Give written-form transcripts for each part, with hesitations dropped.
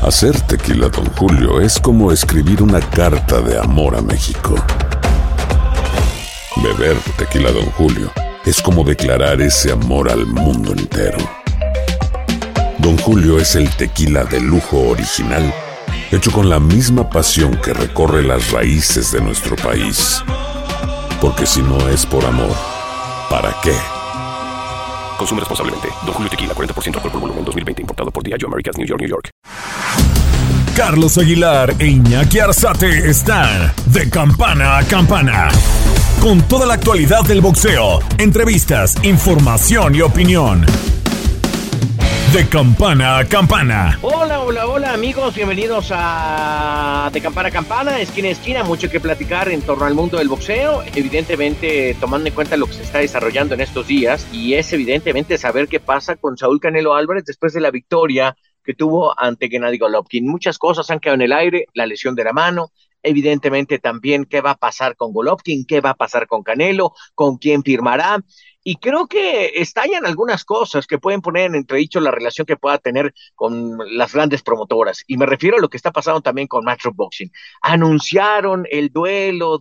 Hacer tequila Don Julio es como escribir una carta de amor a México. Beber tequila Don Julio es como declarar ese amor al mundo entero. Don Julio es el tequila de lujo original, hecho con la misma pasión que recorre las raíces de nuestro país. Porque si no es por amor, ¿para qué? Consume responsablemente. Don Julio Tequila, 40% alcohol por volumen, 2020. Importado por Diageo Americas, New York, New York. Carlos Aguilar e Iñaki Arzate están de campana a campana. Con toda la actualidad del boxeo, entrevistas, información y opinión. De campana a campana. Hola amigos, bienvenidos a De Campana a Campana, esquina a esquina, mucho que platicar en torno al mundo del boxeo, evidentemente tomando en cuenta lo que se está desarrollando en estos días, y es evidentemente saber qué pasa con Saúl Canelo Álvarez después de la victoria que tuvo ante Gennady Golovkin. Muchas cosas han quedado en el aire, la lesión de la mano, evidentemente también qué va a pasar con Golovkin, qué va a pasar con Canelo, con quién firmará. Y creo que estallan algunas cosas que pueden poner en entredicho la relación que pueda tener con las grandes promotoras. Y me refiero a lo que está pasando también con Matchroom Boxing. Anunciaron el duelo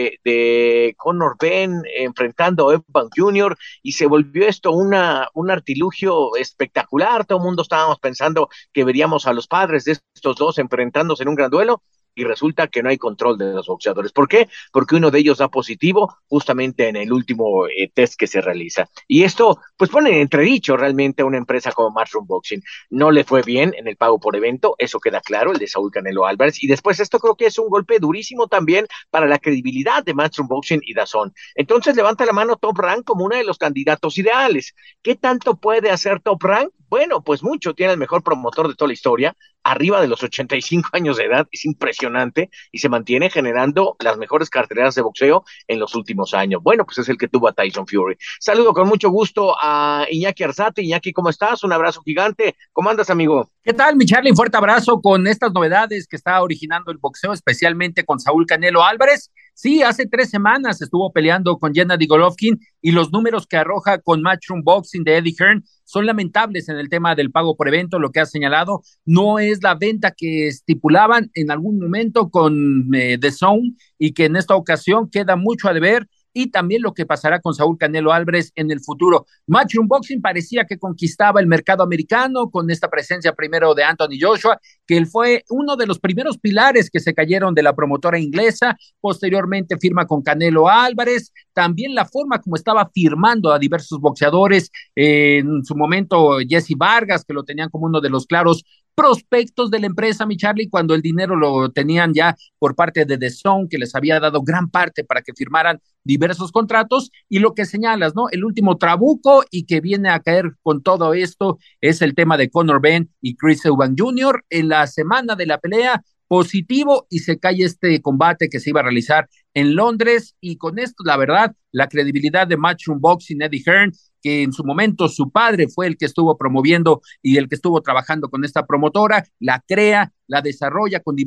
de Conor Benn enfrentando a Evan Jr. y se volvió esto un artilugio espectacular. Todo el mundo estábamos pensando que veríamos a los padres de estos dos enfrentándose en un gran duelo. Y resulta que no hay control de los boxeadores. ¿Por qué? Porque uno de ellos da positivo justamente en el último test que se realiza. Y esto, pues, pone en entredicho realmente a una empresa como Matchroom Boxing. No le fue bien en el pago por evento, eso queda claro, el de Saúl Canelo Álvarez. Y después esto creo que es un golpe durísimo también para la credibilidad de Matchroom Boxing y DAZN. Entonces levanta la mano Top Rank como uno de los candidatos ideales. ¿Qué tanto puede hacer Top Rank? Bueno, pues mucho, tiene el mejor promotor de toda la historia, arriba de los 85 años de edad, es impresionante, y se mantiene generando las mejores carteleras de boxeo en los últimos años. Bueno, pues es el que tuvo a Tyson Fury. Saludo con mucho gusto a Iñaki Arzate. Iñaki, ¿cómo estás? Un abrazo gigante. ¿Cómo andas, amigo? ¿Qué tal, mi Charlie? Fuerte abrazo con estas novedades que está originando el boxeo, especialmente con Saúl Canelo Álvarez. Sí, hace 3 semanas estuvo peleando con Gennady Golovkin y los números que arroja con Matchroom Boxing de Eddie Hearn son lamentables en el tema del pago por evento. Lo que ha señalado no es la venta que estipulaban en algún momento con DAZN y que en esta ocasión queda mucho a deber, y también lo que pasará con Saúl Canelo Álvarez en el futuro. Matchroom Boxing parecía que conquistaba el mercado americano con esta presencia primero de Anthony Joshua, que él fue uno de los primeros pilares que se cayeron de la promotora inglesa. Posteriormente firma con Canelo Álvarez, también la forma como estaba firmando a diversos boxeadores, en su momento Jesse Vargas, que lo tenían como uno de los claros prospectos de la empresa, mi Charlie, cuando el dinero lo tenían ya por parte de DAZN, que les había dado gran parte para que firmaran diversos contratos. Y lo que señalas, ¿no? El último trabuco y que viene a caer con todo esto es el tema de Conor Benn y Chris Eubank Jr. En la semana de la pelea, positivo, y se cae este combate que se iba a realizar en Londres. Y con esto, la verdad, la credibilidad de Matchroom Boxing, Eddie Hearn, que en su momento su padre fue el que estuvo promoviendo y el que estuvo trabajando con esta promotora, la crea, la desarrolla con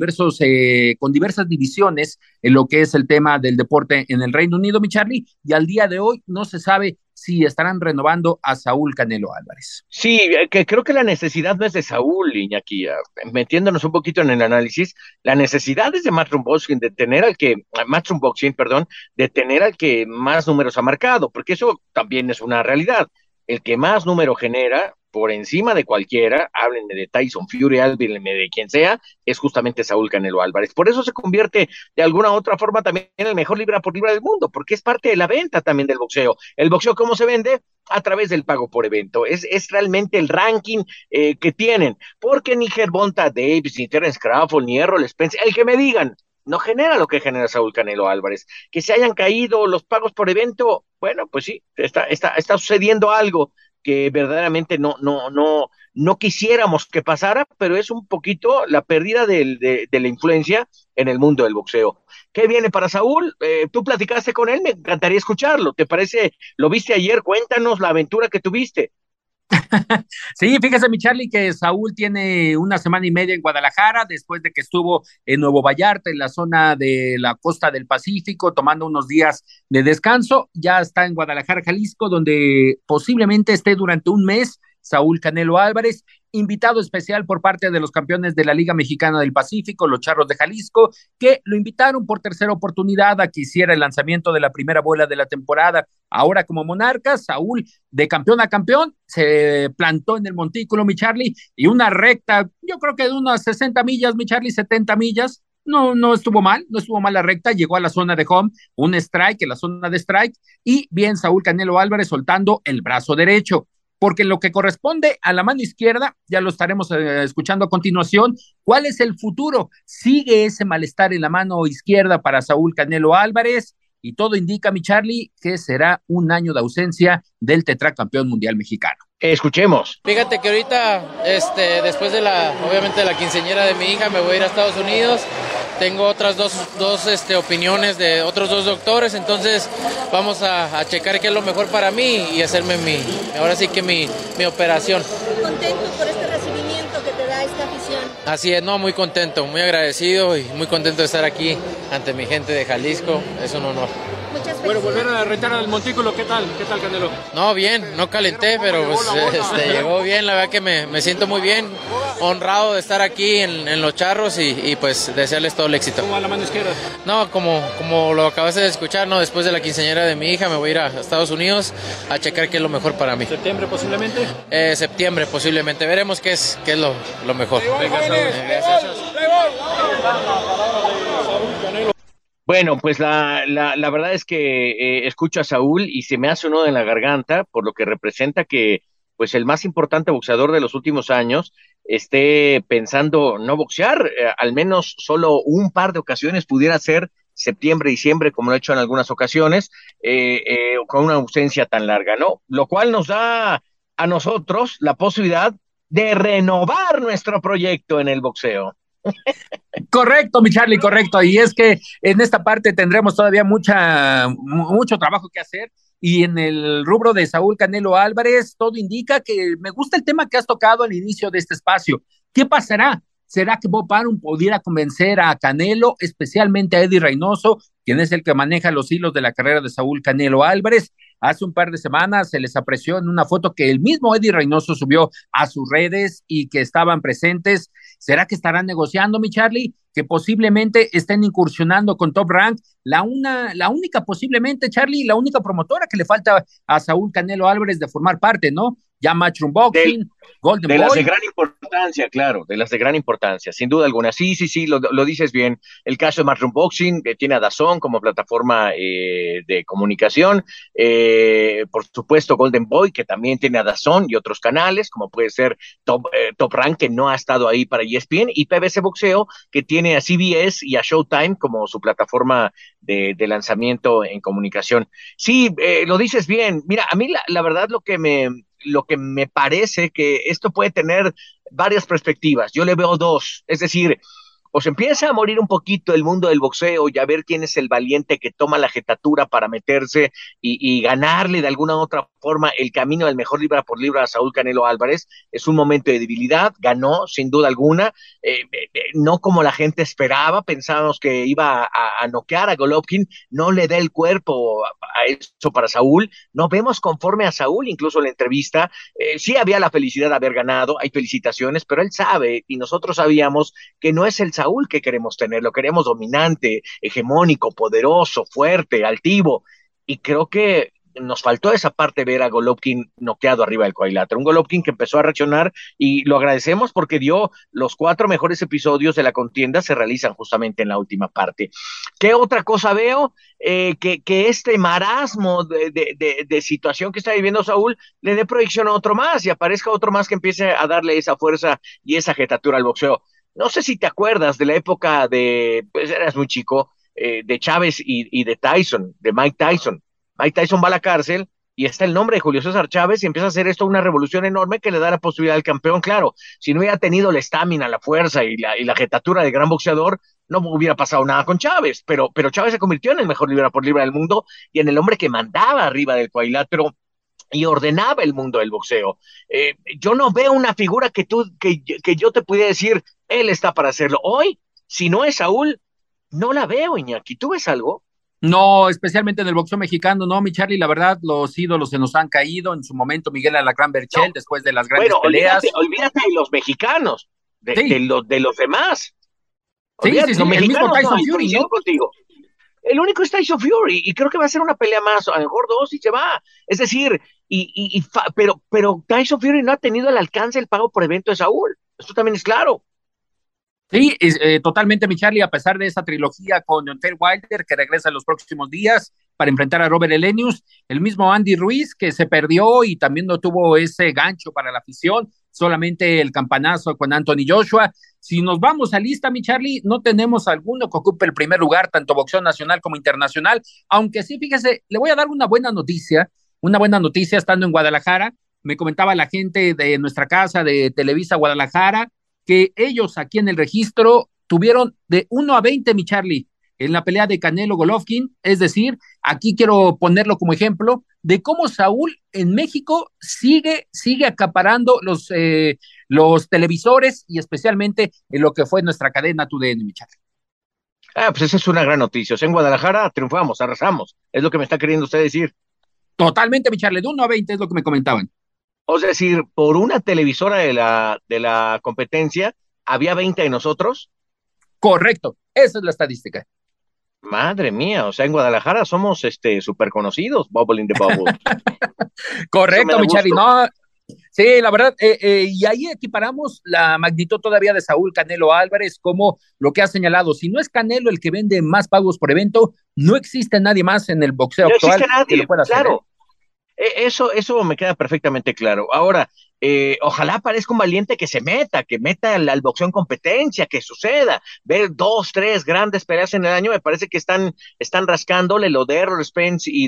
diversas divisiones en lo que es el tema del deporte en el Reino Unido, mi Charlie, y al día de hoy no se sabe si estarán renovando a Saúl Canelo Álvarez. Sí, que creo que la necesidad no es de Saúl, Iñaki, metiéndonos un poquito en el análisis, la necesidad es de Matchroom Boxing, de tener al que más números ha marcado, porque eso también es una realidad. El que más número genera, por encima de cualquiera, háblenme de Tyson Fury, háblenme de quien sea, es justamente Saúl Canelo Álvarez. Por eso se convierte de alguna u otra forma también en el mejor libra por libra del mundo, porque es parte de la venta también del boxeo. El boxeo, ¿cómo se vende? A través del pago por evento. Es realmente el ranking que tienen, porque ni Gervonta Davis, ni Terence Crawford, ni Errol Spence, el que me digan, no genera lo que genera Saúl Canelo Álvarez. Que se hayan caído los pagos por evento, bueno, pues sí, está sucediendo algo que verdaderamente no quisiéramos que pasara, pero es un poquito la pérdida de la influencia en el mundo del boxeo. ¿Qué viene para Saúl? Tú platicaste con él, me encantaría escucharlo. ¿Te parece? ¿Lo viste ayer? Cuéntanos la aventura que tuviste. Sí, fíjese, mi Charlie, que Saúl tiene 1 semana y media en Guadalajara, después de que estuvo en Nuevo Vallarta, en la zona de la costa del Pacífico, tomando unos días de descanso. Ya está en Guadalajara, Jalisco, donde posiblemente esté durante un mes Saúl Canelo Álvarez, invitado especial por parte de los campeones de la Liga Mexicana del Pacífico, los Charros de Jalisco, que lo invitaron por tercera oportunidad a que hiciera el lanzamiento de la primera bola de la temporada. Ahora como Monarcas, Saúl de campeón a campeón se plantó en el montículo, mi Charlie, y una recta, yo creo que de unas 60 millas, mi Charlie, 70 millas, no estuvo mal, no estuvo mal la recta, llegó a la zona de home, un strike en la zona de strike, y bien Saúl Canelo Álvarez soltando el brazo derecho, porque en lo que corresponde a la mano izquierda, ya lo estaremos escuchando a continuación, ¿cuál es el futuro? ¿Sigue ese malestar en la mano izquierda para Saúl Canelo Álvarez? Y todo indica, mi Charlie, que será un año de ausencia del tetracampeón mundial mexicano. Escuchemos. Fíjate que ahorita, después de obviamente de la quinceañera de mi hija, me voy a ir a Estados Unidos. Tengo otras dos opiniones de otros dos doctores, entonces vamos a checar qué es lo mejor para mí y hacerme ahora sí que mi operación. ¿Contento por este recibimiento que te da esta afición? Así es, no, muy contento, muy agradecido y muy contento de estar aquí ante mi gente de Jalisco, es un honor. Muchas Bueno, felicidades. volver a retar al montículo, ¿qué tal? ¿Qué tal, Canelo? No, bien, no calenté, pero pues, llegó bien, la verdad que me siento muy bien, honrado de estar aquí en los Charros y pues desearles todo el éxito. ¿Cómo va la mano izquierda? No, como lo acabaste de escuchar, no, después de la quinceañera de mi hija me voy a ir a Estados Unidos a checar qué es lo mejor para mí. ¿Septiembre posiblemente? Septiembre posiblemente, veremos qué es lo mejor. Venga, Saúl. Bueno, pues la verdad es que escucho a Saúl y se me hace un nudo en la garganta por lo que representa que pues el más importante boxeador de los últimos años esté pensando no boxear, al menos solo un par de ocasiones pudiera ser septiembre, diciembre, como lo he hecho en algunas ocasiones, con una ausencia tan larga, ¿no? Lo cual nos da a nosotros la posibilidad de renovar nuestro proyecto en el boxeo. Correcto, mi Charlie, correcto. Y es que en esta parte tendremos todavía mucho trabajo que hacer. Y en el rubro de Saúl Canelo Álvarez, todo indica que me gusta el tema que has tocado al inicio de este espacio. ¿Qué pasará? ¿Será que Bob Arum pudiera convencer a Canelo, especialmente a Eddie Reynoso, quien es el que maneja los hilos de la carrera de Saúl Canelo Álvarez? Hace un par de semanas se les apreció en una foto que el mismo Eddie Reynoso subió a sus redes y que estaban presentes. ¿Será que estarán negociando, mi Charlie? Que posiblemente estén incursionando con Top Rank, la única posiblemente, Charlie, la única promotora que le falta a Saúl Canelo Álvarez de formar parte, ¿no? Ya Matchroom Boxing, Golden Boy. De las de gran importancia, claro, de las de gran importancia, sin duda alguna. Sí, lo dices bien. El caso de Matchroom Boxing, que tiene a DAZN como plataforma de comunicación. Por supuesto, Golden Boy, que también tiene a DAZN y otros canales, como puede ser Top Rank, que no ha estado ahí para ESPN, y PBC Boxeo, que tiene a CBS y a Showtime como su plataforma de lanzamiento en comunicación. Sí, lo dices bien. Mira, a mí la verdad lo que me parece que esto puede tener varias perspectivas. Yo le veo dos, es decir, o se empieza a morir un poquito el mundo del boxeo y a ver quién es el valiente que toma la jetatura para meterse y ganarle de alguna u otra forma el camino del mejor libra por libra a Saúl Canelo Álvarez. Es un momento de debilidad, ganó sin duda alguna, no como la gente esperaba, pensábamos que iba a noquear a Golovkin, no le da el cuerpo a eso para Saúl, no vemos conforme a Saúl, incluso en la entrevista, sí había la felicidad de haber ganado, hay felicitaciones, pero él sabe y nosotros sabíamos que no es el Saúl que queremos tener, lo queremos dominante, hegemónico, poderoso, fuerte, altivo, y creo que nos faltó esa parte, ver a Golovkin noqueado arriba del cuadrilátero, un Golovkin que empezó a reaccionar y lo agradecemos porque dio los 4 mejores episodios de la contienda, se realizan justamente en la última parte. ¿Qué otra cosa veo? Que este marasmo de situación que está viviendo Saúl le dé proyección a otro más y aparezca otro más que empiece a darle esa fuerza y esa jetatura al boxeo. No sé si te acuerdas de la época pues eras muy chico, de Chávez y de Tyson, de Mike Tyson. Mike Tyson va a la cárcel y está el nombre de Julio César Chávez y empieza a hacer esto una revolución enorme que le da la posibilidad al campeón. Claro, si no hubiera tenido la estamina, la fuerza y la jetatura de gran boxeador, no hubiera pasado nada con Chávez, pero Chávez se convirtió en el mejor libra por libra del mundo y en el hombre que mandaba arriba del cuadrilátero y ordenaba el mundo del boxeo. Yo no veo una figura que yo te pudiera decir, él está para hacerlo. Hoy, si no es Saúl, no la veo, Iñaki. ¿Tú ves algo? No, especialmente en el boxeo mexicano, no, mi Charlie, la verdad, los ídolos se nos han caído. En su momento, Miguel Alacrán Berchel, después de las grandes peleas. Olvídate de los mexicanos, de los demás. Sí, los el mismo Tyson Fury, ¿no? Contigo. El único es Tyson Fury, y creo que va a ser una pelea más, a lo mejor 2 y se va. Es decir, pero Tyson Fury no ha tenido al alcance el pago por evento de Saúl. Esto también es claro. Sí, totalmente, mi Charlie, a pesar de esa trilogía con Deontay Wilder, que regresa en los próximos días para enfrentar a Robert Helenius, el mismo Andy Ruiz, que se perdió y también no tuvo ese gancho para la afición, solamente el campanazo con Anthony Joshua. Si nos vamos a lista, mi Charlie, no tenemos alguno que ocupe el primer lugar, tanto boxeo nacional como internacional, aunque sí, fíjese, le voy a dar una buena noticia estando en Guadalajara. Me comentaba la gente de nuestra casa de Televisa Guadalajara, que ellos aquí en el registro tuvieron de 1 a 20, mi Charlie, en la pelea de Canelo Golovkin. Es decir, aquí quiero ponerlo como ejemplo de cómo Saúl en México sigue acaparando los televisores y especialmente en lo que fue nuestra cadena TUDN, mi Charlie. Pues esa es una gran noticia. O sea, en Guadalajara triunfamos, arrasamos. Es lo que me está queriendo usted decir. Totalmente, mi Charlie, de 1 a 20 es lo que me comentaban. O sea, es decir, por una televisora de la competencia, ¿había 20 de nosotros? Correcto, esa es la estadística. Madre mía, o sea, en Guadalajara somos súper conocidos, Bubble in the Bubble. Correcto, mi Charlie, no, sí, la verdad, y ahí equiparamos la magnitud todavía de Saúl Canelo Álvarez, como lo que ha señalado. Si no es Canelo el que vende más pagos por evento, no existe nadie más en el boxeo actual que lo pueda hacer. Claro. Eso me queda perfectamente claro. Ahora, ojalá parezca un valiente que meta al boxeo en competencia, que suceda. Ver 2, 3 grandes peleas en el año, me parece que están rascándole lo de Errol Spence y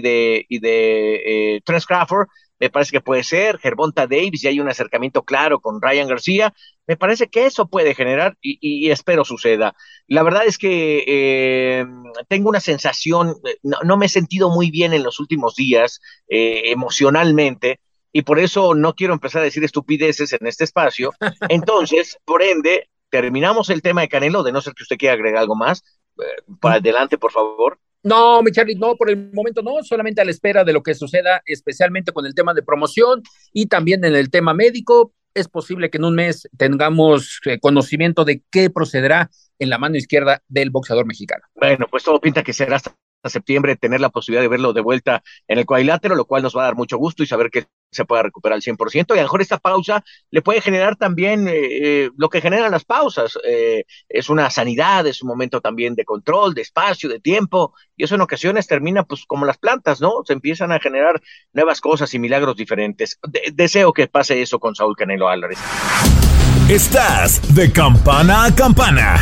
de Terence Crawford. Me parece que puede ser Gervonta Davis, y hay un acercamiento claro con Ryan García. Me parece que eso puede generar y espero suceda. La verdad es que tengo una sensación, no me he sentido muy bien en los últimos días emocionalmente, y por eso no quiero empezar a decir estupideces en este espacio. Entonces, por ende, terminamos el tema de Canelo, de no ser que usted quiera agregar algo más. Para adelante, por favor. No, mi Charlie, no, por el momento no, solamente a la espera de lo que suceda, especialmente con el tema de promoción y también en el tema médico. Es posible que en un mes tengamos conocimiento de qué procederá en la mano izquierda del boxeador mexicano. Bueno, pues todo pinta que será hasta septiembre tener la posibilidad de verlo de vuelta en el cuadrilátero, lo cual nos va a dar mucho gusto y saber que se pueda recuperar al 100%, y a lo mejor esta pausa le puede generar también lo que generan las pausas, es una sanidad, es un momento también de control, de espacio, de tiempo, y eso en ocasiones termina pues como las plantas, ¿no? Se empiezan a generar nuevas cosas y milagros diferentes. Deseo que pase eso con Saúl Canelo Álvarez. Estás de campana a campana.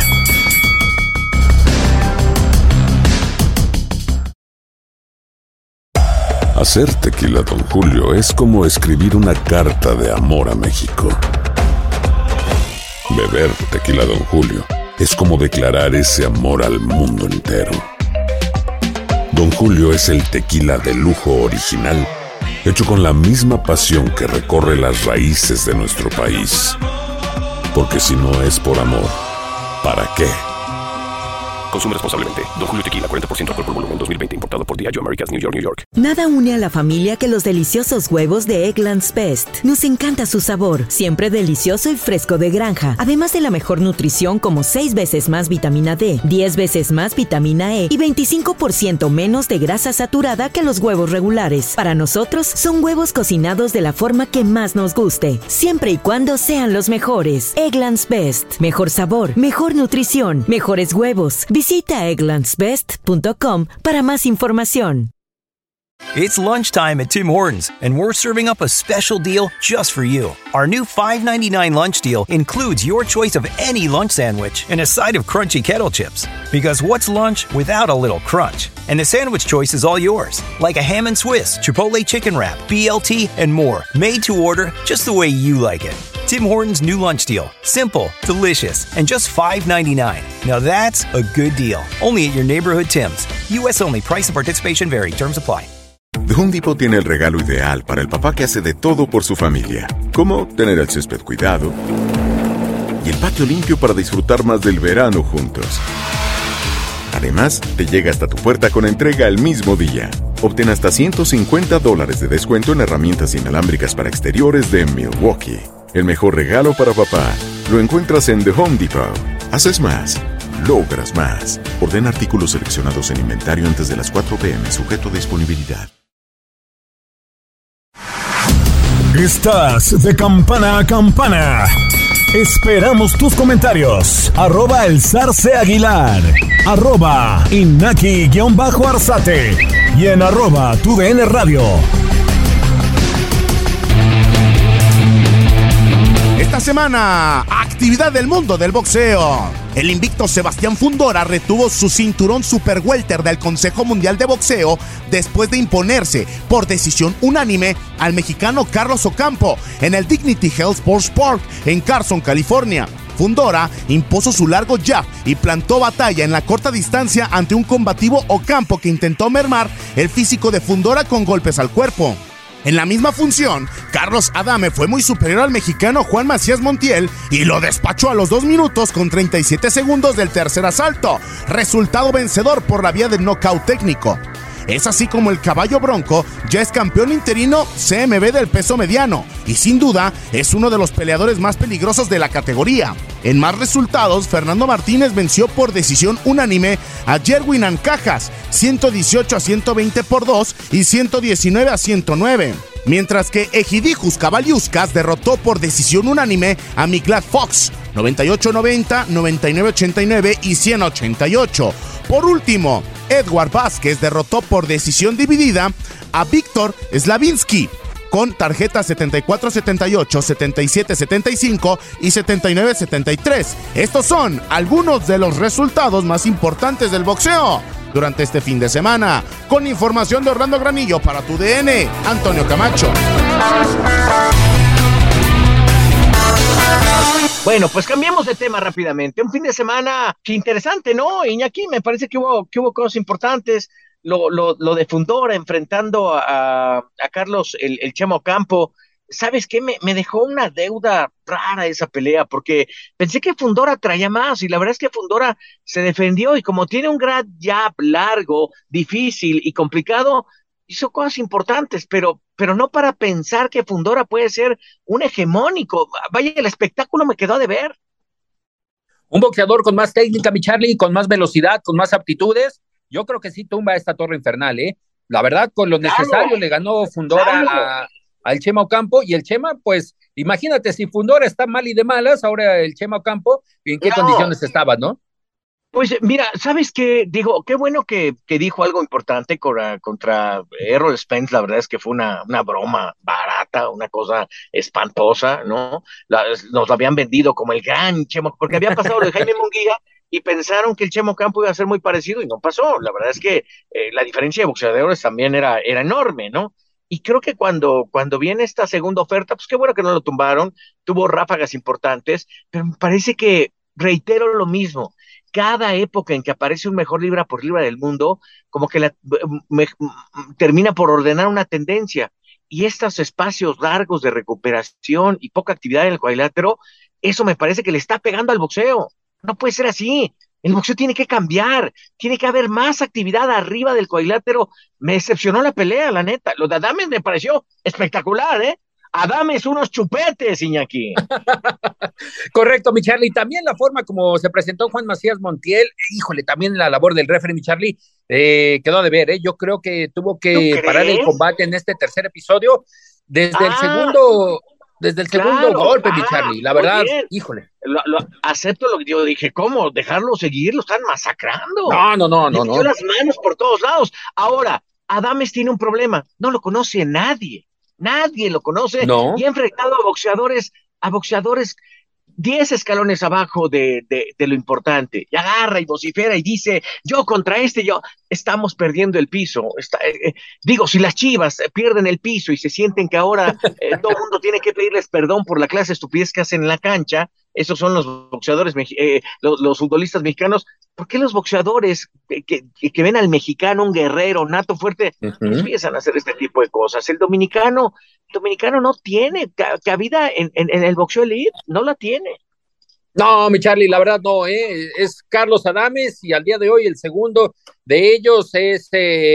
Hacer tequila Don Julio es como escribir una carta de amor a México. Beber tequila Don Julio es como declarar ese amor al mundo entero. Don Julio es el tequila de lujo original, hecho con la misma pasión que recorre las raíces de nuestro país. Porque si no es por amor, ¿para qué? Consume responsablemente. Don Julio Tequila, 40% alcohol por volumen, 2020. Importado por Diageo Americas, New York, New York. Nada une a la familia que los deliciosos huevos de Eggland's Best. Nos encanta su sabor, siempre delicioso y fresco de granja. Además de la mejor nutrición, como 6 veces más vitamina D, 10 veces más vitamina E y 25% menos de grasa saturada que los huevos regulares. Para nosotros, son huevos cocinados de la forma que más nos guste, siempre y cuando sean los mejores. Eggland's Best. Mejor sabor, mejor nutrición, mejores huevos. Visita egglandsbest.com para más información. It's lunchtime at Tim Hortons, and we're serving up a special deal just for you. Our new $5.99 lunch deal includes your choice of any lunch sandwich and a side of crunchy kettle chips. Because what's lunch without a little crunch? And the sandwich choice is all yours, like a ham and Swiss, Chipotle chicken wrap, BLT, and more, made to order just the way you like it. Tim Hortons' new lunch deal. Simple, delicious, and just $5.99. Now that's a good deal. Only at your neighborhood Tim's. U.S. only. Price and participation vary. Terms apply. The Home Depot tiene el regalo ideal para el papá que hace de todo por su familia. Como tener el césped cuidado y el patio limpio para disfrutar más del verano juntos. Además, te llega hasta tu puerta con entrega el mismo día. Obtén hasta $150 de descuento en herramientas inalámbricas para exteriores de Milwaukee. El mejor regalo para papá lo encuentras en The Home Depot. Haces más, logras más. Ordena artículos seleccionados en inventario antes de las 4 p.m. sujeto a disponibilidad. Estás de campana a campana. Esperamos tus comentarios. @El Zarce Aguilar. @Inaki_Arzate. Y en @TUDN Radio. Esta semana, actividad del mundo del boxeo. El invicto Sebastián Fundora retuvo su cinturón Super Welter del Consejo Mundial de Boxeo después de imponerse por decisión unánime al mexicano Carlos Ocampo en el Dignity Health Sports Park en Carson, California. Fundora impuso su largo jab y plantó batalla en la corta distancia ante un combativo Ocampo que intentó mermar el físico de Fundora con golpes al cuerpo. En la misma función, Carlos Adame fue muy superior al mexicano Juan Macías Montiel y lo despachó a los 2 minutos con 37 segundos del tercer asalto, resultado vencedor por la vía del nocaut técnico. Es así como el Caballo Bronco ya es campeón interino CMB del peso mediano y sin duda es uno de los peleadores más peligrosos de la categoría. En más resultados, Fernando Martínez venció por decisión unánime a Jerwin Ancajas, 118-120 por 2 y 119-109. Mientras que Ejidijus Cabaliuskas derrotó por decisión unánime a Miglad Fox, 98-90, 99-89 y 100-88. Por último, Edward Vázquez derrotó por decisión dividida a Víctor Slavinsky con tarjetas 74-78, 77-75 y 79-73. Estos son algunos de los resultados más importantes del boxeo durante este fin de semana. Con información de Orlando Granillo para TUDN, Antonio Camacho. Bueno, pues cambiemos de tema rápidamente. Un fin de semana interesante, ¿no, Iñaki? Me parece que hubo cosas importantes. Lo de Fundora enfrentando a Carlos el Chema Ocampo. ¿Sabes qué? Me dejó una deuda rara esa pelea, porque pensé que Fundora traía más, y la verdad es que Fundora se defendió, y como tiene un gran jab largo, difícil y complicado, hizo cosas importantes, pero no para pensar que Fundora puede ser un hegemónico. Vaya, el espectáculo me quedó de ver. Un boxeador con más técnica, mi Charlie, con más velocidad, con más aptitudes. Yo creo que sí tumba esta torre infernal, ¿eh? La verdad, con lo necesario le ganó Fundora al Chema Ocampo, y el Chema, pues, imagínate, si Fundora está mal y de malas, ahora el Chema Ocampo, ¿en qué condiciones estaba, no? Pues mira, ¿sabes qué? Digo, qué bueno que dijo algo importante contra Errol Spence. La verdad es que fue una broma barata, una cosa espantosa, ¿no? Nos lo habían vendido como el gran Chemo, porque había pasado lo de Jaime Munguía y pensaron que el Chemo Ocampo iba a ser muy parecido y no pasó. La verdad es que la diferencia de boxeadores también era enorme, ¿no? Y creo que cuando viene esta segunda oferta, pues qué bueno que no lo tumbaron, tuvo ráfagas importantes, pero me parece que reitero lo mismo. Cada época en que aparece un mejor libra por libra del mundo, como que termina por ordenar una tendencia. Y estos espacios largos de recuperación y poca actividad en el cuadrilátero, eso me parece que le está pegando al boxeo. No puede ser así. El boxeo tiene que cambiar, tiene que haber más actividad arriba del cuadrilátero. Me decepcionó la pelea, la neta. Lo de Adames me pareció espectacular, ¿eh? Adames unos chupetes, Iñaki. Correcto, mi Charlie. También la forma como se presentó Juan Macías Montiel, híjole, también la labor del referee, mi Charlie, quedó de ver, ¿eh? Yo creo que tuvo que parar el combate en este tercer episodio desde el segundo golpe, mi Charlie. La verdad, híjole. Acepto lo que yo dije. ¿Cómo? Dejarlo seguir, lo están masacrando. No. Le dio las manos por todos lados. Ahora, Adames tiene un problema. No lo conoce nadie. Nadie lo conoce, y ha enfrentado a boxeadores 10 escalones abajo de lo importante, y agarra y vocifera y dice, yo contra estamos perdiendo el piso. Digo, si las Chivas pierden el piso y se sienten que ahora todo el mundo tiene que pedirles perdón por la clase de estupidez que hacen en la cancha, esos son los boxeadores, los futbolistas mexicanos. ¿Por qué los boxeadores que ven al mexicano un guerrero nato fuerte empiezan a hacer este tipo de cosas? El dominicano no tiene cabida en el boxeo elite, no la tiene. No, mi Charlie, la verdad no, es Carlos Adames y al día de hoy el segundo de ellos es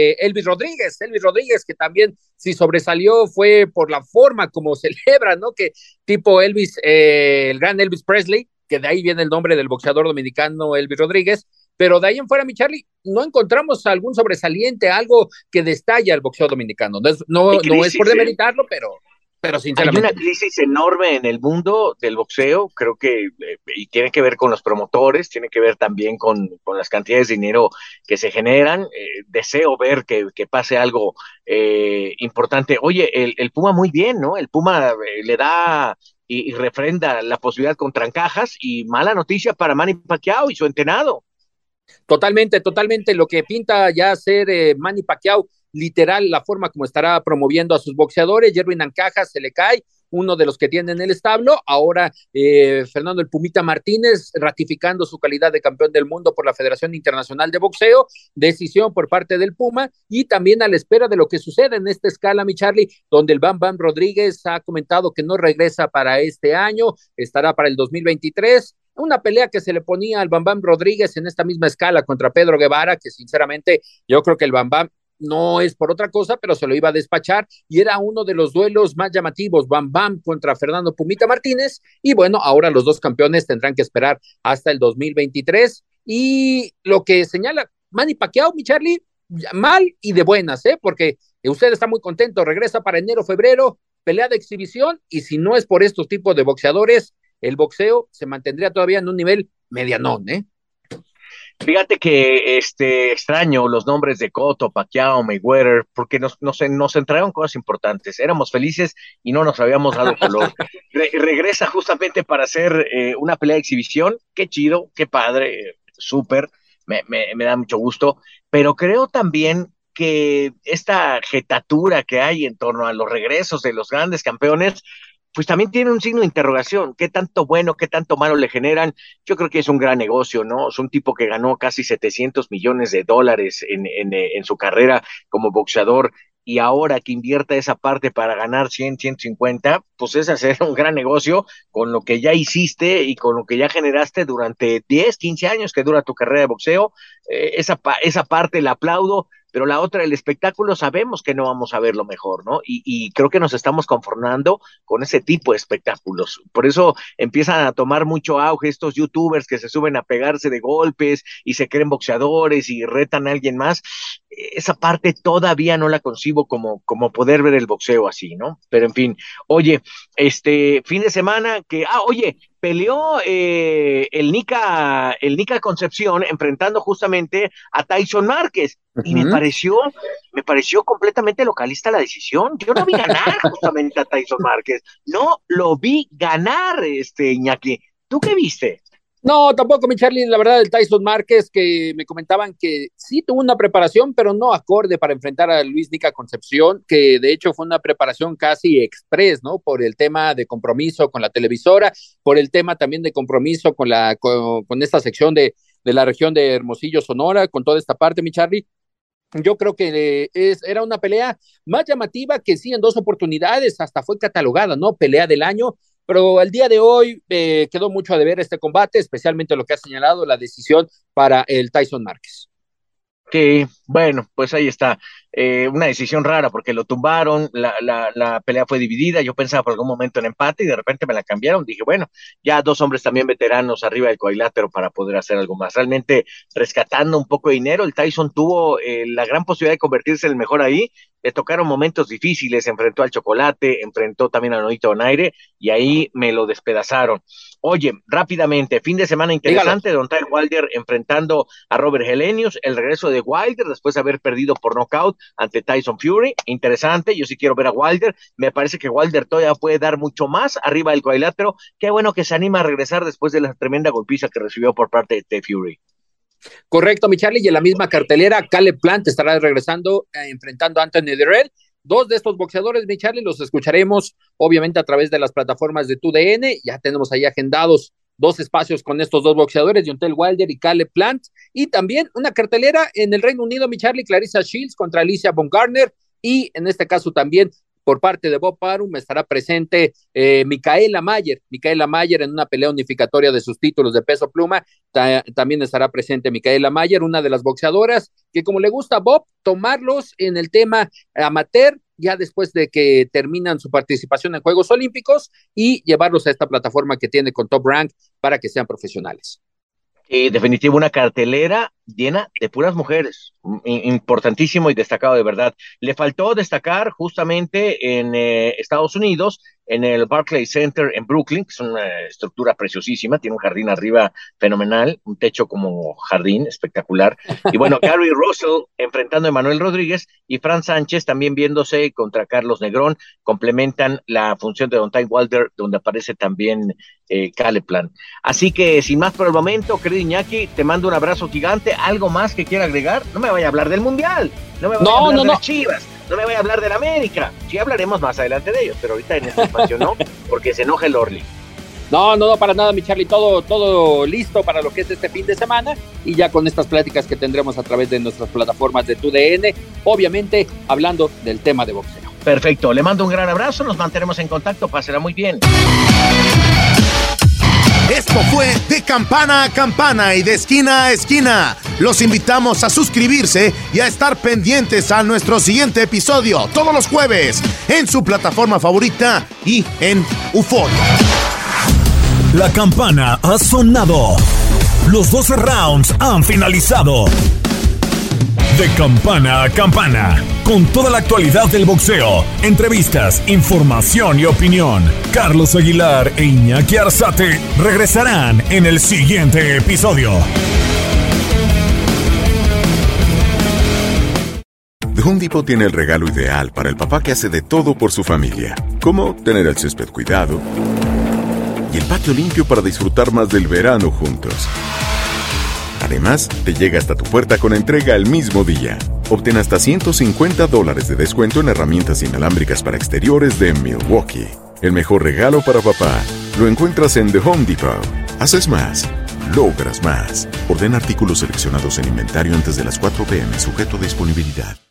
Elvis Rodríguez, que también si sobresalió fue por la forma como celebra, ¿no? Que tipo Elvis, el gran Elvis Presley, que de ahí viene el nombre del boxeador dominicano Elvis Rodríguez, pero de ahí en fuera, mi Charlie, no encontramos algún sobresaliente, algo que destalla al boxeo dominicano. No es por demeritarlo, pero Hay una sinceramente. crisis enorme en el mundo del boxeo, creo que, y tiene que ver con los promotores, tiene que ver también con las cantidades de dinero que se generan. Deseo ver que pase algo importante. Oye, el Puma muy bien, ¿no? El Puma le da y refrenda la posibilidad con Trancajas y mala noticia para Manny Pacquiao y su entrenado. Totalmente lo que pinta ya ser Manny Pacquiao, literal, la forma como estará promoviendo a sus boxeadores. Yerwin Ancajas se le cae, uno de los que tiene en el establo. Ahora Fernando el Pumita Martínez ratificando su calidad de campeón del mundo por la Federación Internacional de Boxeo, decisión por parte del Puma, y también a la espera de lo que suceda en esta escala, mi Charlie, donde el Bam Bam Rodríguez ha comentado que no regresa para este año, estará para el 2023. Una pelea que se le ponía al Bam Bam Rodríguez en esta misma escala contra Pedro Guevara, que sinceramente yo creo que el Bam Bam no es por otra cosa, pero se lo iba a despachar y era uno de los duelos más llamativos, Bam Bam contra Fernando Pumita Martínez, y bueno, ahora los dos campeones tendrán que esperar hasta el 2023, y lo que señala Manny Pacquiao, mi Charlie, mal y de buenas, porque usted está muy contento, regresa para enero, febrero, pelea de exhibición, y si no es por estos tipos de boxeadores, el boxeo se mantendría todavía en un nivel medianón, Fíjate que extraño los nombres de Cotto, Pacquiao, Mayweather, porque nos entraron cosas importantes. Éramos felices y no nos habíamos dado color. Regresa justamente para hacer una pelea de exhibición. Qué chido, qué padre, súper, me da mucho gusto. Pero creo también que esta jetatura que hay en torno a los regresos de los grandes campeones, pues también tiene un signo de interrogación. ¿Qué tanto bueno, qué tanto malo le generan? Yo creo que es un gran negocio, ¿no? Es un tipo que ganó casi 700 millones de dólares en su carrera como boxeador, y ahora que invierta esa parte para ganar 100, 150, pues es hacer un gran negocio con lo que ya hiciste y con lo que ya generaste durante 10, 15 años que dura tu carrera de boxeo. Esa parte la aplaudo, pero la otra, el espectáculo, sabemos que no vamos a ver lo mejor, ¿no? Y creo que nos estamos conformando con ese tipo de espectáculos. Por eso empiezan a tomar mucho auge estos youtubers que se suben a pegarse de golpes y se creen boxeadores y retan a alguien más. Esa parte todavía no la concibo como poder ver el boxeo así, ¿no? Pero en fin, oye, fin de semana oye, peleó el Nica Concepción enfrentando justamente a Tyson Márquez, y me pareció completamente localista la decisión. Yo no vi ganar justamente a Tyson Márquez, no lo vi ganar, Iñaki. ¿Tú qué viste? No, tampoco, mi Charlie, la verdad, el Tyson Márquez, que me comentaban que sí tuvo una preparación, pero no acorde para enfrentar a Luis Nica Concepción, que de hecho fue una preparación casi express, ¿no? Por el tema de compromiso con la televisora, por el tema también de compromiso con esta sección de la región de Hermosillo, Sonora, con toda esta parte, mi Charlie. Yo creo que era una pelea más llamativa, que sí, en dos oportunidades hasta fue catalogada, ¿no? Pelea del año, pero el día de hoy quedó mucho a deber este combate, especialmente lo que ha señalado la decisión para el Tyson Márquez. Sí, bueno, pues ahí está. Una decisión rara porque lo tumbaron, la pelea fue dividida. Yo pensaba por algún momento en empate y de repente me la cambiaron. Dije, bueno, ya dos hombres también veteranos arriba del cuadrilátero para poder hacer algo más. Realmente rescatando un poco de dinero, el Tyson tuvo la gran posibilidad de convertirse en el mejor ahí. Le tocaron momentos difíciles, enfrentó al Chocolate, enfrentó también a Nonito Donaire y ahí me lo despedazaron. Oye, rápidamente, fin de semana interesante, Dígalo. Deontay Wilder enfrentando a Robert Helenius, el regreso de Wilder después de haber perdido por nocaut ante Tyson Fury, interesante. Yo sí quiero ver a Wilder, me parece que Wilder todavía puede dar mucho más arriba del cuadrilátero. Qué bueno que se anima a regresar después de la tremenda golpiza que recibió por parte de Fury. Correcto, mi Charlie, y en la misma cartelera, Caleb Plant estará regresando, enfrentando a Anthony Dirrell. Dos de estos boxeadores, mi Charlie, los escucharemos obviamente a través de las plataformas de TUDN. Ya tenemos ahí agendados dos espacios con estos dos boxeadores, Deontay Wilder y Caleb Plant, y también una cartelera en el Reino Unido, mi Charlie, Clarissa Shields contra Alicia Baumgardner, y en este caso también por parte de Bob Arum estará presente Micaela Mayer en una pelea unificatoria de sus títulos de peso pluma. También estará presente Micaela Mayer, una de las boxeadoras que, como le gusta a Bob, tomarlos en el tema amateur ya después de que terminan su participación en Juegos Olímpicos y llevarlos a esta plataforma que tiene con Top Rank para que sean profesionales. Definitivo, una cartelera llena de puras mujeres, importantísimo y destacado de verdad. Le faltó destacar justamente en Estados Unidos, en el Barclays Center en Brooklyn, que es una estructura preciosísima, tiene un jardín arriba fenomenal, un techo como jardín espectacular, y bueno, Gary Russell enfrentando a Emanuel Rodríguez y Fran Sánchez también viéndose contra Carlos Negrón, complementan la función de Deontay Wilder, donde aparece también Caleb Plant. Así que sin más por el momento, querido Iñaki, te mando un abrazo gigante. ¿Algo más que quiera agregar? No me vaya a hablar del Mundial, no me vaya a hablar de las Chivas, no me vaya a hablar del América. Sí hablaremos más adelante de ellos, pero ahorita en este espacio no, porque se enoja el Orly. No, para nada, mi Charlie, todo listo para lo que es este fin de semana y ya con estas pláticas que tendremos a través de nuestras plataformas de TUDN, obviamente hablando del tema de boxeo. Perfecto, le mando un gran abrazo, nos mantenemos en contacto, pásela muy bien. Esto fue De Campana a Campana y de Esquina a Esquina. Los invitamos a suscribirse y a estar pendientes a nuestro siguiente episodio todos los jueves en su plataforma favorita y en Euforia. La campana ha sonado. Los 12 rounds han finalizado. De campana a campana, con toda la actualidad del boxeo, entrevistas, información y opinión. Carlos Aguilar e Iñaki Arzate regresarán en el siguiente episodio. The Home Depot tiene el regalo ideal para el papá que hace de todo por su familia, como tener el césped cuidado y el patio limpio para disfrutar más del verano juntos. Además, te llega hasta tu puerta con entrega el mismo día. Obtén hasta $150 de descuento en herramientas inalámbricas para exteriores de Milwaukee. El mejor regalo para papá lo encuentras en The Home Depot. Haces más, logras más. Ordena artículos seleccionados en inventario antes de las 4 p.m. sujeto a disponibilidad.